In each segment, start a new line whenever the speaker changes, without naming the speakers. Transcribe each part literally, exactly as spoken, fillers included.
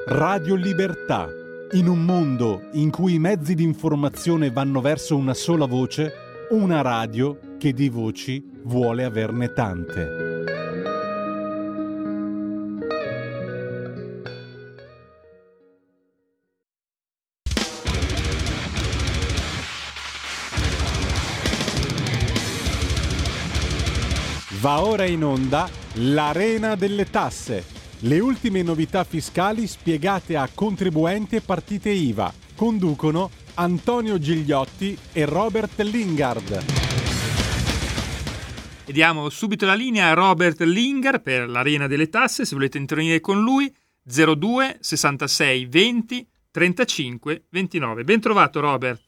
Radio Libertà. In un mondo in cui i mezzi di informazione vanno verso una sola voce, una radio che di voci vuole averne tante. Va ora in onda l'Arena delle Tasse, le ultime novità fiscali spiegate a contribuenti e partite I V A. Conducono Antonio Gigliotti e Robert Lingard.
E diamo subito la linea a Robert Lingard per l'Arena delle Tasse, se volete intervenire con lui, zero due sessantasei venti trentacinque ventinove. Ben trovato Robert.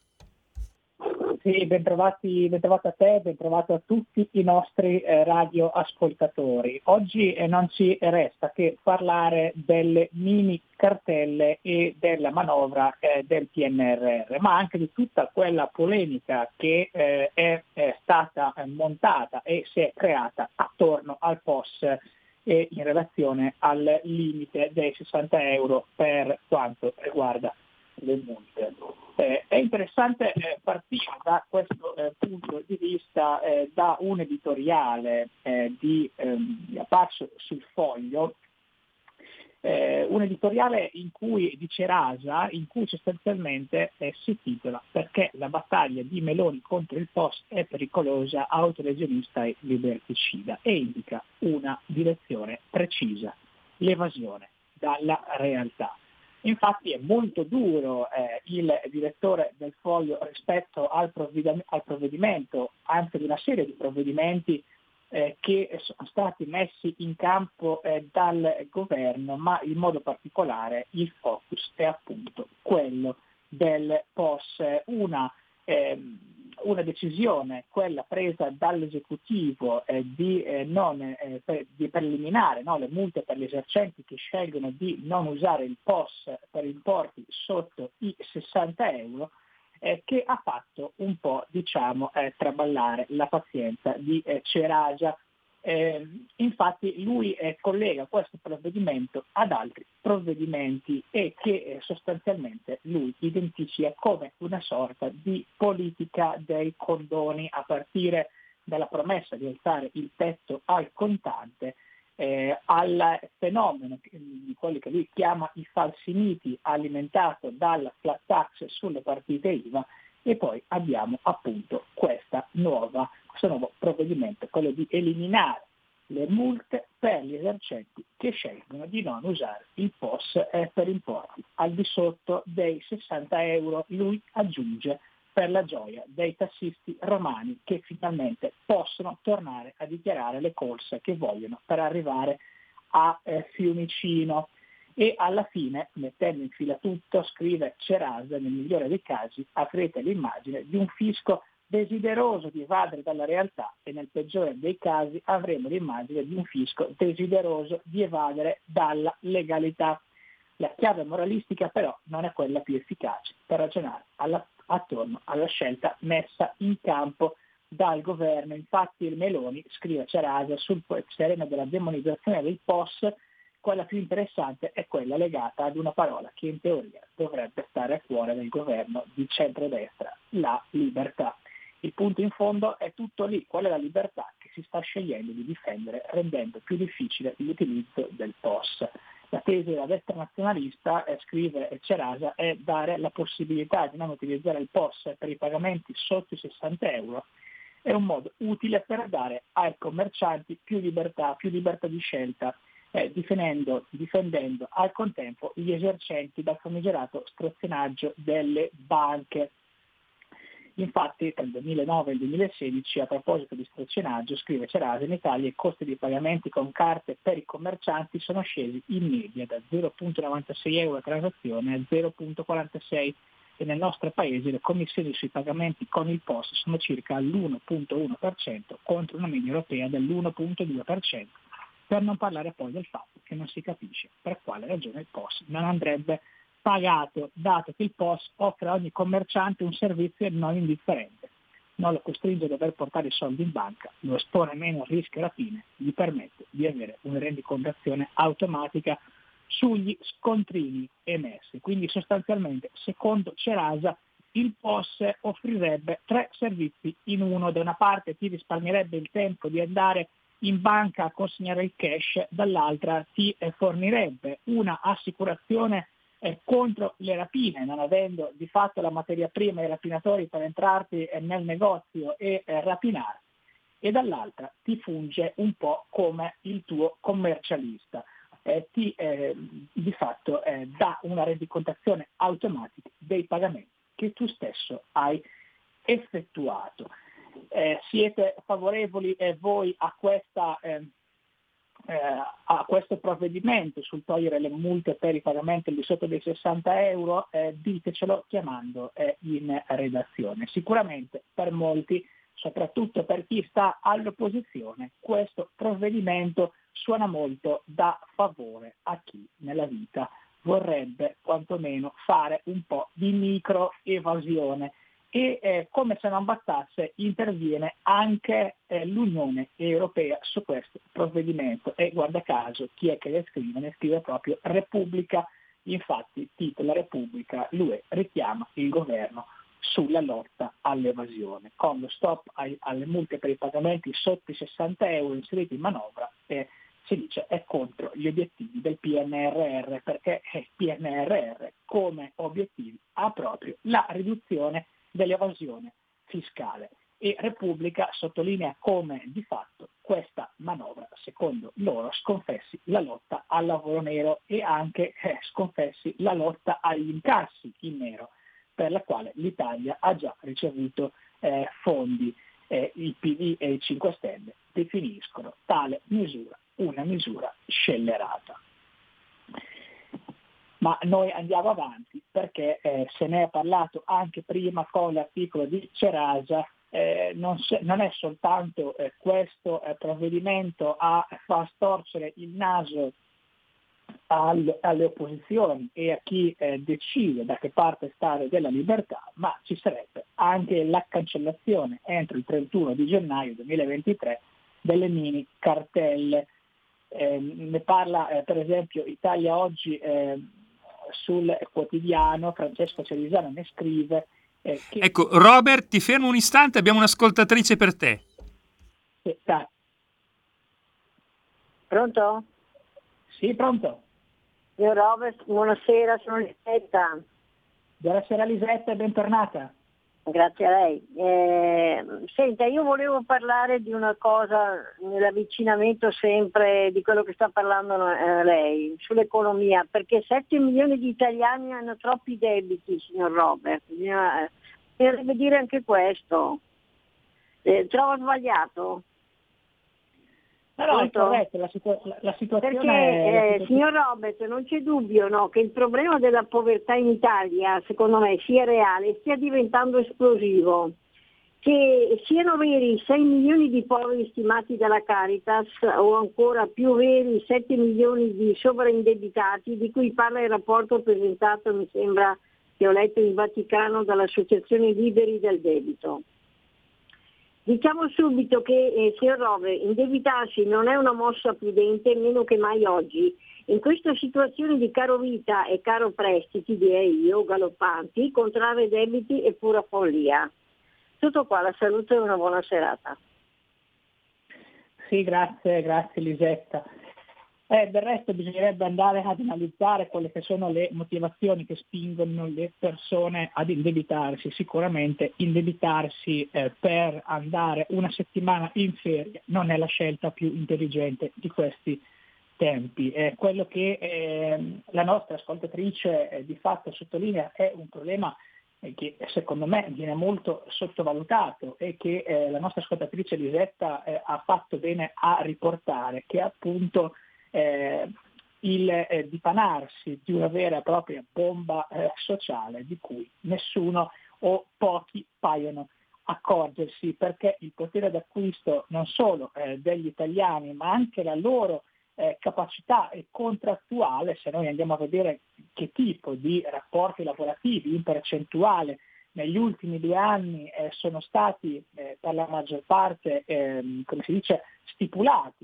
Sì, ben trovati, ben trovato a te, ben trovato a tutti i nostri eh, radioascoltatori. Oggi eh, non ci resta che parlare delle mini cartelle e della manovra eh, del P N R R, ma anche di tutta quella polemica che eh, è, è stata eh, montata e si è creata attorno al P O S e in relazione al limite dei sessanta euro per quanto riguarda le multe. Eh, è interessante eh, partire da questo eh, punto di vista eh, da un editoriale eh, di, ehm, apparso sul Foglio, eh, un editoriale in cui di Cerasa, in cui sostanzialmente eh, si titola "Perché la battaglia di Meloni contro il P O S è pericolosa, autolesionista e liberticida", e indica una direzione precisa: l'evasione dalla realtà. Infatti è molto duro eh, il direttore del Foglio rispetto al, provvedimento, al provvedimento, anche di una serie di provvedimenti eh, che sono stati messi in campo eh, dal governo, ma in modo particolare il focus è appunto quello del P O S. Una, ehm, una decisione, quella presa dall'esecutivo eh, di, eh, non, eh, per, di per eliminare no, le multe per gli esercenti che scelgono di non usare il P O S per importi sotto i sessanta euro, eh, che ha fatto un po' diciamo eh, traballare la pazienza di eh, Cerasa. Eh, infatti lui eh, collega questo provvedimento ad altri provvedimenti e che eh, sostanzialmente lui identifica come una sorta di politica dei condoni, a partire dalla promessa di alzare il tetto al contante, eh, al fenomeno di quelli che lui chiama i falsi miti, alimentato dalla flat tax sulle partite I V A, e poi abbiamo appunto questa nuova, questo nuovo provvedimento, quello di eliminare le multe per gli esercenti che scelgono di non usare il P O S eh, per importi al di sotto dei sessanta euro. Lui aggiunge: per la gioia dei tassisti romani che finalmente possono tornare a dichiarare le corse che vogliono per arrivare a eh, Fiumicino. E alla fine, mettendo in fila tutto, scrive Cerasa, nel migliore dei casi avrete l'immagine di un fisco desideroso di evadere dalla realtà, e nel peggiore dei casi avremo l'immagine di un fisco desideroso di evadere dalla legalità. La chiave moralistica però non è quella più efficace per ragionare alla, attorno alla scelta messa in campo dal governo. Infatti il Meloni, scrive Cerasa, sul terreno della demonizzazione del P O S, quella più interessante è quella legata ad una parola che in teoria dovrebbe stare a cuore del governo di centrodestra: la libertà. Il punto in fondo è tutto lì: qual è la libertà che si sta scegliendo di difendere, rendendo più difficile l'utilizzo del P O S. La tesi della destra nazionalista, eh, scrive Cerasa, è dare la possibilità di non utilizzare il P O S per i pagamenti sotto i sessanta euro. È un modo utile per dare ai commercianti più libertà, più libertà di scelta, eh, difendendo, difendendo al contempo gli esercenti dal famigerato strazionaggio delle banche. Infatti tra il duemilanove e il duemilasedici, a proposito di strazionaggio, scrive Cerasa, in Italia i costi di pagamenti con carte per i commercianti sono scesi in media da zero virgola novantasei euro a transazione a zero virgola quarantasei, e nel nostro paese le commissioni sui pagamenti con il P O S sono circa all'uno virgola uno per cento contro una media europea dell'uno virgola due per cento, per non parlare poi del fatto che non si capisce per quale ragione il P O S non andrebbe pagato, dato che il P O S offre a ogni commerciante un servizio non indifferente. Non lo costringe a dover portare i soldi in banca, lo espone meno al rischio, alla fine gli permette di avere una rendicontazione automatica sugli scontrini emessi. Quindi sostanzialmente, secondo Cerasa, il P O S offrirebbe tre servizi in uno. Da una parte ti risparmierebbe il tempo di andare in banca a consegnare il cash, dall'altra ti eh, fornirebbe una assicurazione eh, contro le rapine, non avendo di fatto la materia prima e i rapinatori per entrarti eh, nel negozio e eh, rapinarti, e dall'altra ti funge un po' come il tuo commercialista. Eh, ti eh, di fatto eh, dà una rendicontazione automatica dei pagamenti che tu stesso hai effettuato. Eh, siete favorevoli eh, voi a, questa, eh, eh, a questo provvedimento sul togliere le multe per i pagamenti al di sotto dei sessanta euro? Eh, ditecelo chiamando eh, in redazione. Sicuramente per molti, soprattutto per chi sta all'opposizione, questo provvedimento suona molto da favore a chi nella vita vorrebbe quantomeno fare un po' di micro evasione. E eh, come se non bastasse interviene anche eh, l'Unione Europea su questo provvedimento, e guarda caso chi è che le scrive? Ne scrive proprio Repubblica. Infatti titola Repubblica: l'U E richiama il governo sulla lotta all'evasione, con lo stop ai, alle multe per i pagamenti sotto i sessanta euro inseriti in manovra, e si dice è contro gli obiettivi del P N R R, perché il P N R R come obiettivi ha proprio la riduzione dell'evasione fiscale. E Repubblica sottolinea come di fatto questa manovra, secondo loro, sconfessi la lotta al lavoro nero e anche eh, sconfessi la lotta agli incassi in nero, per la quale l'Italia ha già ricevuto eh, fondi. Eh, il P D e i cinque Stelle definiscono tale misura una misura scellerata. Ma noi andiamo avanti, perché eh, se ne è parlato anche prima con l'articolo di Cerasa. Eh, non, se, non è soltanto eh, questo eh, provvedimento a far storcere il naso al, alle opposizioni e a chi eh, decide da che parte stare della libertà, ma ci sarebbe anche la cancellazione entro il trentuno di gennaio duemilaventitré delle mini cartelle. Eh, ne parla eh, per esempio Italia Oggi eh, sul quotidiano. Francesco Cerisano ne scrive eh, che...
Ecco, Robert, ti fermo un istante, abbiamo un'ascoltatrice per te.
Sì, dai.
Pronto?
Sì, pronto.
Io Robert, buonasera, sono Lisetta.
Buonasera Lisetta e bentornata.
Grazie a lei. Eh, senta, io volevo parlare di una cosa nell'avvicinamento sempre di quello che sta parlando eh, lei, sull'economia, perché sette milioni di italiani hanno troppi debiti, signor Robert. Bisogna, bisognerebbe dire anche questo. Eh, trovo sbagliato?
Però è corretto, la, situ- la situazione
perché
è... La
eh,
situazione...
signor Robert, non c'è dubbio, no, che il problema della povertà in Italia, secondo me, sia reale e stia diventando esplosivo. Che siano veri i sei milioni di poveri stimati dalla Caritas, o ancora più veri i sette milioni di sovraindebitati di cui parla il rapporto presentato, mi sembra che ho letto in Vaticano, dall'Associazione Liberi del Debito. Diciamo subito che, eh, signor Robert, indebitarsi non è una mossa prudente, meno che mai oggi. In questa situazione di caro vita e caro prestiti, direi io, galoppanti, contrarre debiti è pura follia. Tutto qua, la salute e una buona serata.
Sì, grazie, grazie Lisetta. Eh, del resto bisognerebbe andare ad analizzare quelle che sono le motivazioni che spingono le persone ad indebitarsi. Sicuramente indebitarsi eh, per andare una settimana in ferie non è la scelta più intelligente di questi tempi. Eh, quello che eh, la nostra ascoltatrice eh, di fatto sottolinea è un problema eh, che secondo me viene molto sottovalutato e che eh, la nostra ascoltatrice Lisetta eh, ha fatto bene a riportare, che appunto Eh, il eh, dipanarsi di una vera e propria bomba eh, sociale di cui nessuno o pochi paiono accorgersi, perché il potere d'acquisto non solo eh, degli italiani ma anche la loro eh, capacità contrattuale, se noi andiamo a vedere che tipo di rapporti lavorativi in percentuale negli ultimi due anni eh, sono stati eh, per la maggior parte, eh, come si dice, stipulati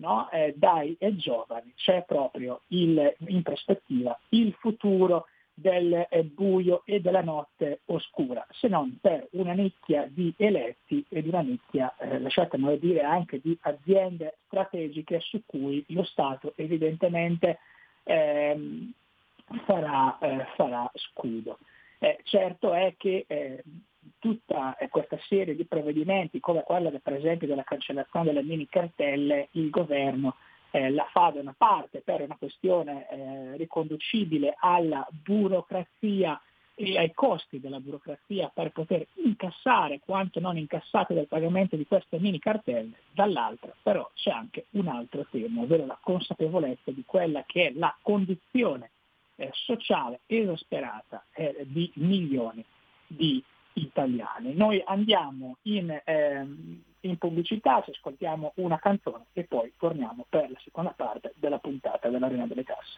no? eh, dai eh, giovani c'è proprio il, in prospettiva il futuro del eh, buio e della notte oscura, se non per una nicchia di eletti e di una nicchia, eh, lasciatemelo dire, anche di aziende strategiche su cui lo Stato evidentemente ehm, farà, eh, farà scudo. Eh, certo è che eh, tutta questa serie di provvedimenti, come quella per esempio della cancellazione delle mini cartelle, il governo eh, la fa da una parte per una questione eh, riconducibile alla burocrazia e ai costi della burocrazia per poter incassare quanto non incassato dal pagamento di queste mini cartelle, dall'altra però c'è anche un altro tema, ovvero la consapevolezza di quella che è la condizione eh, sociale esasperata eh, di milioni di italiani. Noi andiamo in, ehm, in pubblicità, ci ascoltiamo una canzone e poi torniamo per la seconda parte della puntata dell'Arena delle Tasse.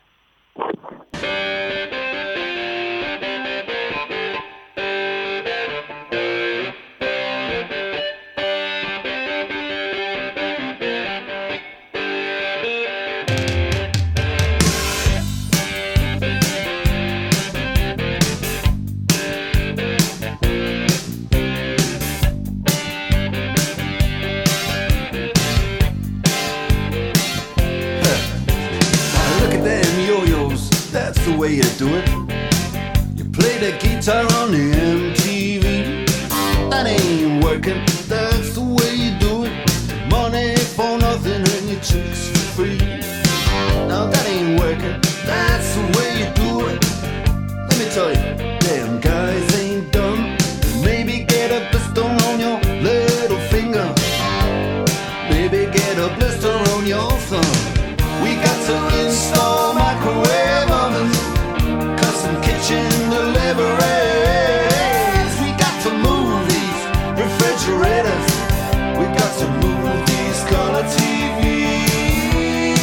The way you do it, you play the guitar on the M T V. That ain't working, that's the way you do it. Money for nothing and your chicks for free. Now that ain't working, that's the way you do it. Let me tell you, damn guys ain't dumb. Maybe get a blister on your little finger. Maybe get a blister on your thumb. We got to install microwave ovens, custom kitchen deliveries. We got to move these refrigerators. We got to move these color T Vs.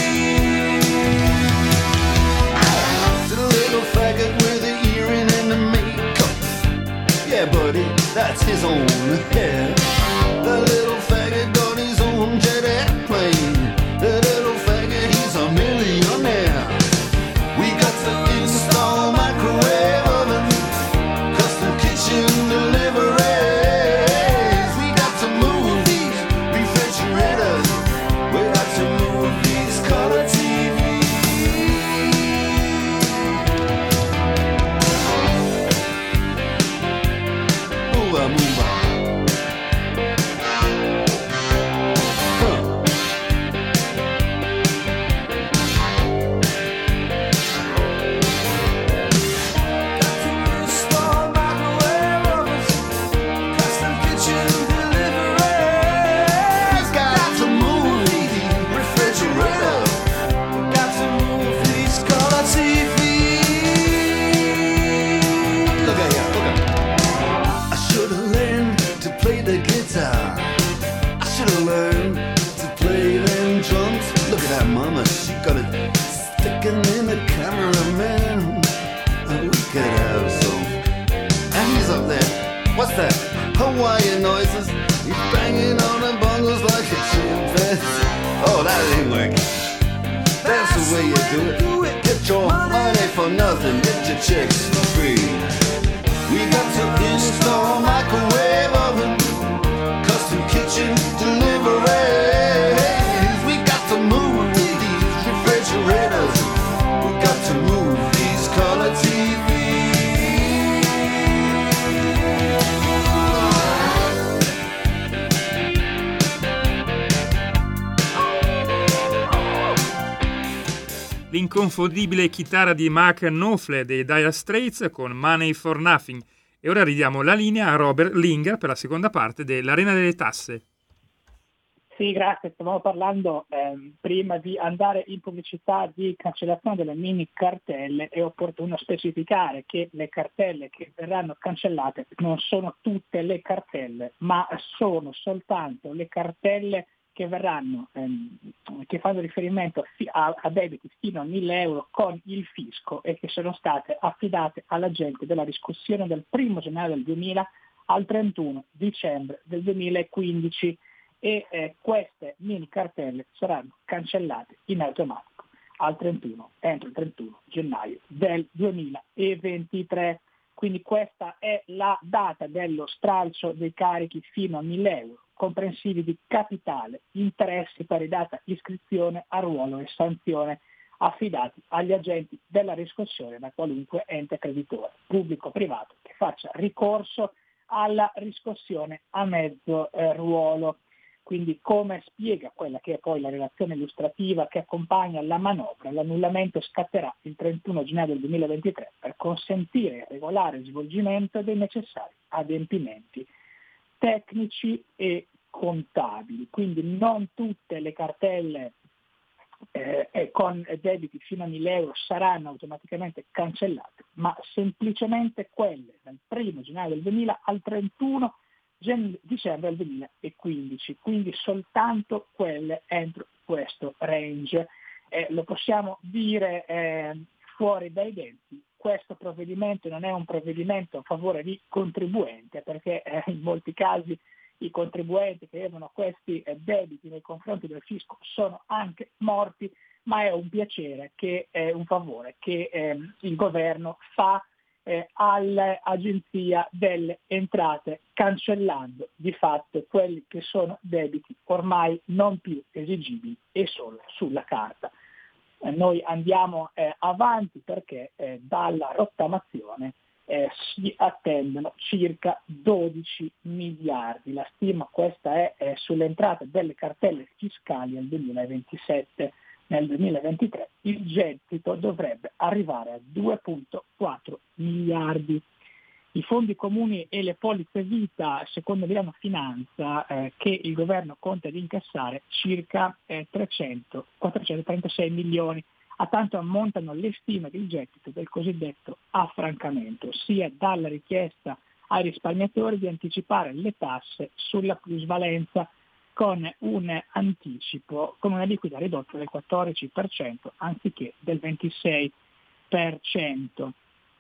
To the little faggot with the earring and the makeup. Yeah, buddy, that's his own hair. The little faggot got his own jet airplane. The little faggot, he's a millionaire. We got to install microwave oven, custom kitchen deliveries. We got to move these refrigerators. We got to move these color T Vs. Move on, move on. What's that? Hawaiian noises. He's banging on the bongos like a chimpanzee. Oh, that ain't working. That's the way you do it. Get your money for nothing. Get your chicks for free. We got to install microwave oven, custom kitchen deliveries. We got to move these refrigerators. We got to move these color T Vs.
L'inconfondibile chitarra di Mark Knopfler dei Dire Straits con Money for Nothing. E ora ridiamo la linea a Robert Linger per la seconda parte dell'Arena delle Tasse.
Sì, grazie. Stavamo parlando ehm, prima di andare in pubblicità di cancellazione delle mini cartelle. È opportuno specificare che le cartelle che verranno cancellate non sono tutte le cartelle, ma sono soltanto le cartelle che verranno, ehm, che fanno riferimento a, a debiti fino a mille euro con il fisco e che sono state affidate alla gente della riscossione del primo gennaio del duemila al trentuno dicembre del duemilaquindici. e eh, queste mini cartelle saranno cancellate in automatico al trentuno, entro il trentuno gennaio del duemilaventitré. Quindi questa è la data dello stralcio dei carichi fino a mille euro, comprensivi di capitale, interessi pari data iscrizione a ruolo e sanzione affidati agli agenti della riscossione da qualunque ente creditore, pubblico o privato, che faccia ricorso alla riscossione a mezzo eh, ruolo. Quindi, come spiega quella che è poi la relazione illustrativa che accompagna la manovra, l'annullamento scatterà il trentuno gennaio del duemilaventitré per consentire il regolare svolgimento dei necessari adempimenti tecnici e contabili. Quindi non tutte le cartelle eh, con debiti fino a mille euro saranno automaticamente cancellate, ma semplicemente quelle dal primo gennaio del duemila al trentuno dicembre del duemilaquindici, quindi soltanto quelle entro questo range. Eh, lo possiamo dire eh, fuori dai denti, questo provvedimento non è un provvedimento a favore di contribuenti, perché eh, in molti casi i contribuenti che avevano questi eh, debiti nei confronti del fisco sono anche morti, ma è un piacere, che è un favore che eh, il governo fa Eh, all'Agenzia delle Entrate, cancellando di fatto quelli che sono debiti ormai non più esigibili e solo sulla carta. Eh, noi andiamo eh, avanti perché eh, dalla rottamazione eh, si attendono circa dodici miliardi. La stima questa è, è sulle entrate delle cartelle fiscali al duemilaventisette. Nel duemilaventitré il gettito dovrebbe arrivare a due virgola quattro miliardi. I fondi comuni e le polizze vita, secondo Milano Finanza, eh, che il governo conta di incassare circa eh, trecento quattrocentotrentasei milioni. A tanto ammontano le stime del gettito del cosiddetto affrancamento, ossia dalla richiesta ai risparmiatori di anticipare le tasse sulla plusvalenza con un anticipo, con una liquida ridotta del quattordici per cento anziché del ventisei per cento.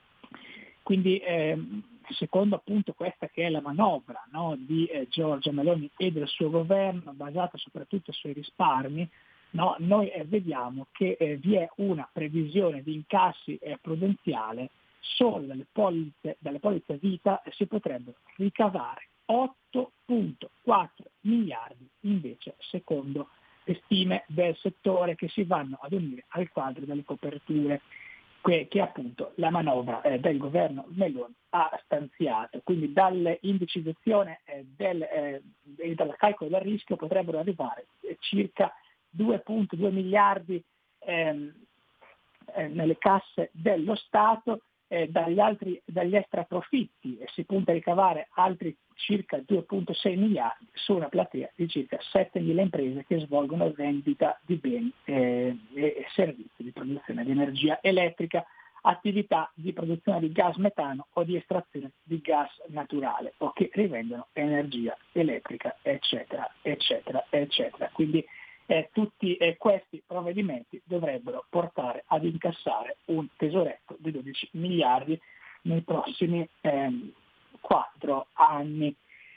Quindi ehm, secondo appunto questa che è la manovra, no, di eh, Giorgia Meloni e del suo governo, basata soprattutto sui risparmi, no, noi eh, vediamo che eh, vi è una previsione di incassi eh, prudenziale. Solo dalle polizze, dalle polizze vita eh, si potrebbero ricavare otto virgola quattro miliardi invece, secondo le stime del settore, che si vanno ad unire al quadro delle coperture che, che appunto la manovra eh, del governo Meloni ha stanziato. Quindi dall'indicizzazione eh, del, eh, e dal calcolo del rischio potrebbero arrivare eh, circa due virgola due miliardi ehm, eh, nelle casse dello Stato. Eh, dagli altri, dagli extraprofitti e si punta a ricavare altri circa due virgola sei miliardi su una platea di circa settemila imprese che svolgono vendita di beni eh, e servizi di produzione di energia elettrica, attività di produzione di gas metano o di estrazione di gas naturale o che rivendono energia elettrica, eccetera, eccetera, eccetera. Quindi Eh, tutti eh, questi provvedimenti dovrebbero portare ad incassare un tesoretto di dodici miliardi nei prossimi ehm, quattro anni.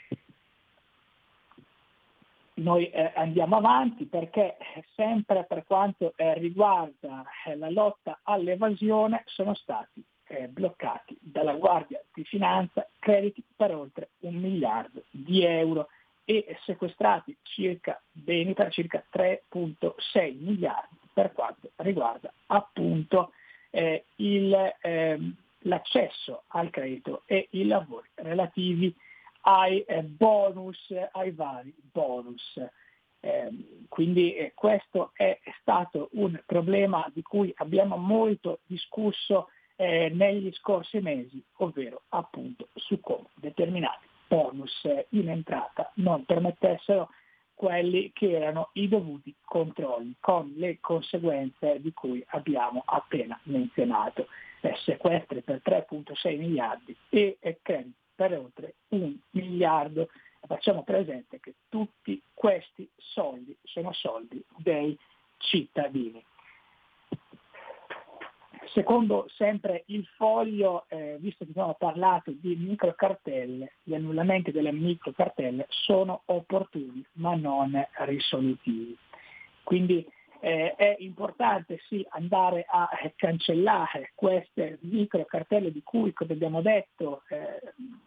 Noi eh, andiamo avanti perché sempre per quanto eh, riguarda eh, la lotta all'evasione sono stati eh, bloccati dalla Guardia di Finanza crediti per oltre un miliardo di euro e sequestrati circa beni per circa tre virgola sei miliardi per quanto riguarda appunto eh, il, eh, l'accesso al credito e i lavori relativi ai eh, bonus, ai vari bonus. Eh, quindi eh, questo è stato un problema di cui abbiamo molto discusso eh, negli scorsi mesi, ovvero appunto su come determinati bonus in entrata non permettessero quelli che erano i dovuti controlli, con le conseguenze di cui abbiamo appena menzionato, eh, sequestri per tre virgola sei miliardi e crediti per oltre un miliardo. Facciamo presente che tutti questi soldi sono soldi dei cittadini. Secondo sempre il Foglio, eh, visto che abbiamo parlato di microcartelle, gli annullamenti delle microcartelle sono opportuni ma non risolutivi. Quindi eh, è importante sì andare a eh, cancellare queste microcartelle di cui, come abbiamo detto, eh,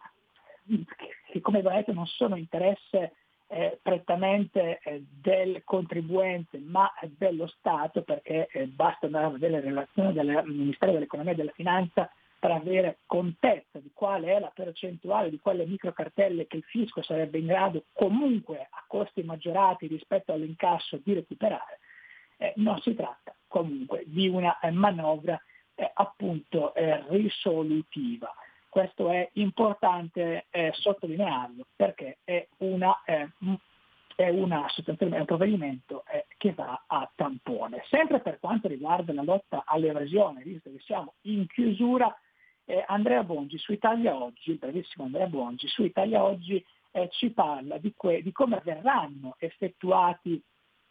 che come abbiamo detto non sono interesse Eh, prettamente eh, del contribuente ma dello Stato, perché eh, basta andare a vedere le relazioni del Ministero dell'Economia e della Finanza per avere contezza di quale è la percentuale di quelle microcartelle che il fisco sarebbe in grado comunque a costi maggiorati rispetto all'incasso di recuperare. Eh, non si tratta comunque di una eh, manovra eh, appunto eh, risolutiva. Questo è importante eh, sottolinearlo perché è, una, eh, è, una, sostanzialmente un provvedimento eh, che va a tampone. Sempre per quanto riguarda la lotta all'evasione, visto che siamo in chiusura, eh, Andrea Bongi su Italia Oggi, il bravissimo Andrea Bongi, su Italia Oggi eh, ci parla di, que- di come verranno effettuati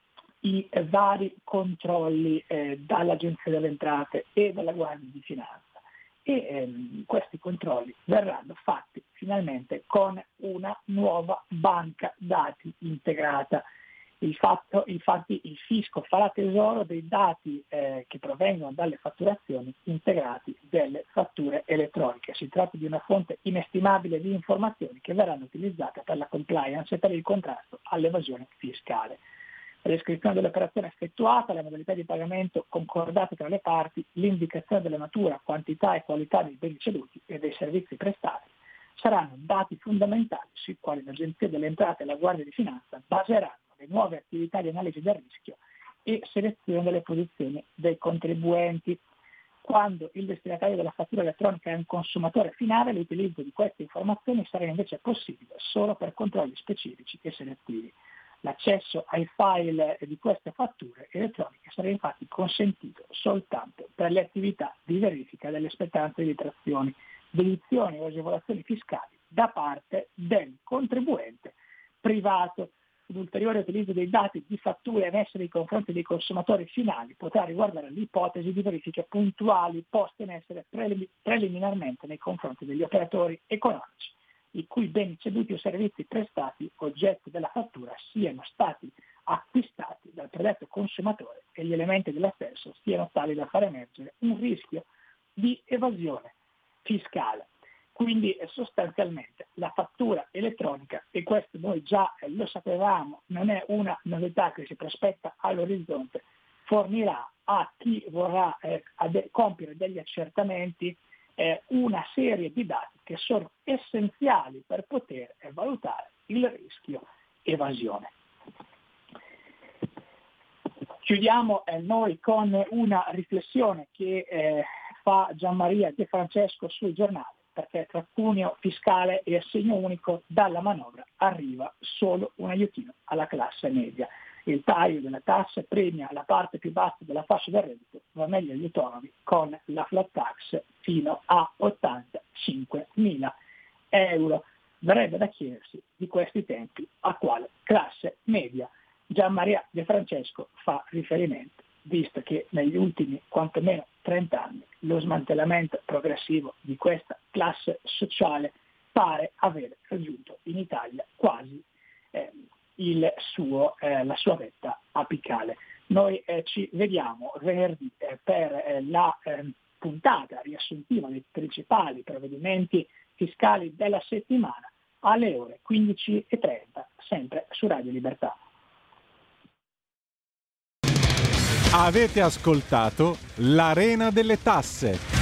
i eh, vari controlli eh, dall'Agenzia delle Entrate e dalla Guardia di Finanza. E ehm, questi controlli verranno fatti finalmente con una nuova banca dati integrata. Il fatto, infatti il fisco farà tesoro dei dati eh, che provengono dalle fatturazioni integrati delle fatture elettroniche. Si tratta di una fonte inestimabile di informazioni che verranno utilizzate per la compliance e per il contrasto all'evasione fiscale. La descrizione dell'operazione effettuata, le modalità di pagamento concordate tra le parti, l'indicazione della natura, quantità e qualità dei beni ceduti e dei servizi prestati saranno dati fondamentali sui quali l'Agenzia delle Entrate e la Guardia di Finanza baseranno le nuove attività di analisi del rischio e selezione delle posizioni dei contribuenti. Quando il destinatario della fattura elettronica è un consumatore finale, l'utilizzo di queste informazioni sarà invece possibile solo per controlli specifici e selettivi. L'accesso ai file di queste fatture elettroniche sarà infatti consentito soltanto per le attività di verifica delle spettanze di detrazioni, deduzioni o agevolazioni fiscali da parte del contribuente privato. L'ulteriore utilizzo dei dati di fatture emesse nei confronti dei consumatori finali potrà riguardare l'ipotesi di verifiche puntuali poste in essere prelim- preliminarmente nei confronti degli operatori economici i cui beni ceduti o servizi prestati oggetto della fattura siano stati acquistati dal predetto consumatore e gli elementi della stessa siano tali da far emergere un rischio di evasione fiscale. Quindi eh, sostanzialmente la fattura elettronica, e questo noi già eh, lo sapevamo, non è una novità che si prospetta all'orizzonte, fornirà a chi vorrà eh, ad- compiere degli accertamenti eh, una serie di dati che sono essenziali per poter eh, valutare il rischio evasione. Chiudiamo eh, noi con una riflessione che eh, fa Gianmaria De Francesco sul Giornale, perché tra cuneo fiscale e assegno unico dalla manovra arriva solo un aiutino alla classe media. Il taglio delle tasse premia la parte più bassa della fascia del reddito, va meglio agli autonomi con la flat tax fino a ottantacinquemila euro. Verrebbe da chiedersi di questi tempi a quale classe media Gianmaria De Francesco fa riferimento, visto che negli ultimi quantomeno trenta anni lo smantellamento progressivo di questa classe sociale pare aver raggiunto in Italia quasi eh, il suo, eh, la sua vetta apicale. Noi eh, ci vediamo venerdì eh, per eh, la eh, puntata riassuntiva dei principali provvedimenti fiscali della settimana alle ore quindici e trenta, sempre su Radio Libertà.
Avete ascoltato l'Arena delle Tasse.